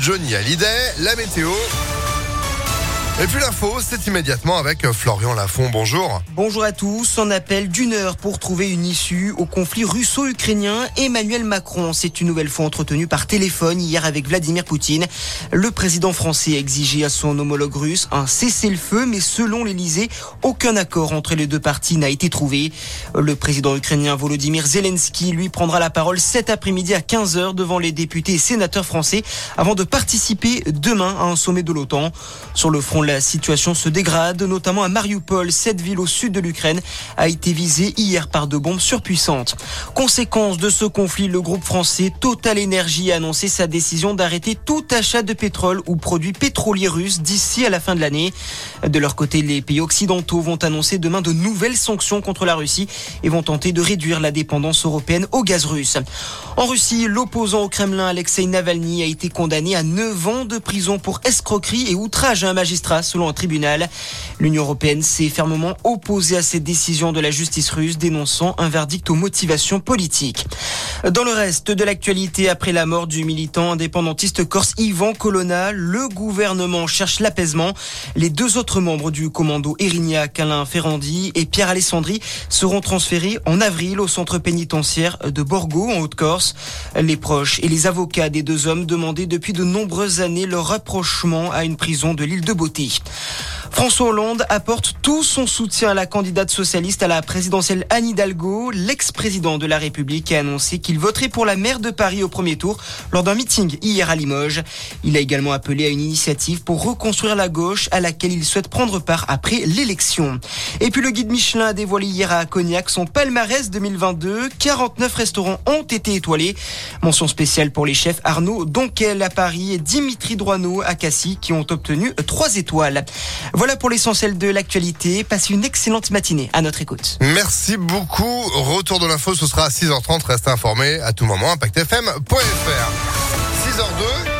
Johnny Hallyday, la météo. Et puis l'info, c'est immédiatement avec Florian Lafont. Bonjour. Bonjour à tous. En appel d'une heure pour trouver une issue au conflit russo-ukrainien, Emmanuel Macron s'est une nouvelle fois entretenu par téléphone hier avec Vladimir Poutine. Le président français a exigé à son homologue russe un cessez-le-feu, mais selon l'Elysée, aucun accord entre les deux parties n'a été trouvé. Le président ukrainien Volodymyr Zelensky, lui, prendra la parole cet après-midi à 15h devant les députés et sénateurs français avant de participer demain à un sommet de l'OTAN. Sur le front, la situation se dégrade, notamment à Mariupol. Cette ville au sud de l'Ukraine a été visée hier par deux bombes surpuissantes. Conséquence de ce conflit, le groupe français Total Energy a annoncé sa décision d'arrêter tout achat de pétrole ou produits pétroliers russes d'ici à la fin de l'année. De leur côté, les pays occidentaux vont annoncer demain de nouvelles sanctions contre la Russie et vont tenter de réduire la dépendance européenne au gaz russe. En Russie, l'opposant au Kremlin, Alexei Navalny, a été condamné à 9 ans de prison pour escroquerie et outrage à un magistrat, selon un tribunal. L'Union européenne s'est fermement opposée à cette décision de la justice russe, dénonçant un verdict aux motivations politiques. Dans le reste de l'actualité, après la mort du militant indépendantiste corse Ivan Colonna, le gouvernement cherche l'apaisement. Les deux autres membres du commando Erignac, Alain Ferrandi et Pierre Alessandri, seront transférés en avril au centre pénitentiaire de Borgo, en Haute-Corse. Les proches et les avocats des deux hommes demandaient depuis de nombreuses années leur rapprochement à une prison de l'île de Beauté. François Hollande apporte tout son soutien à la candidate socialiste à la présidentielle Anne Hidalgo. L'ex-président de la République a annoncé qu'il voterait pour la maire de Paris au premier tour lors d'un meeting hier à Limoges. Il a également appelé à une initiative pour reconstruire la gauche à laquelle il souhaite prendre part après l'élection. Et puis le guide Michelin a dévoilé hier à Cognac son palmarès 2022. 49 restaurants ont été étoilés. Mention spéciale pour les chefs Arnaud Donquel à Paris et Dimitri Droineau à Cassis qui ont obtenu 3 étoiles. Voilà pour l'essentiel de l'actualité. Passez une excellente matinée à notre écoute. Merci beaucoup. Retour de l'info, ce sera à 6h30. Restez informés à tout moment. ImpactFM.fr. 6h02.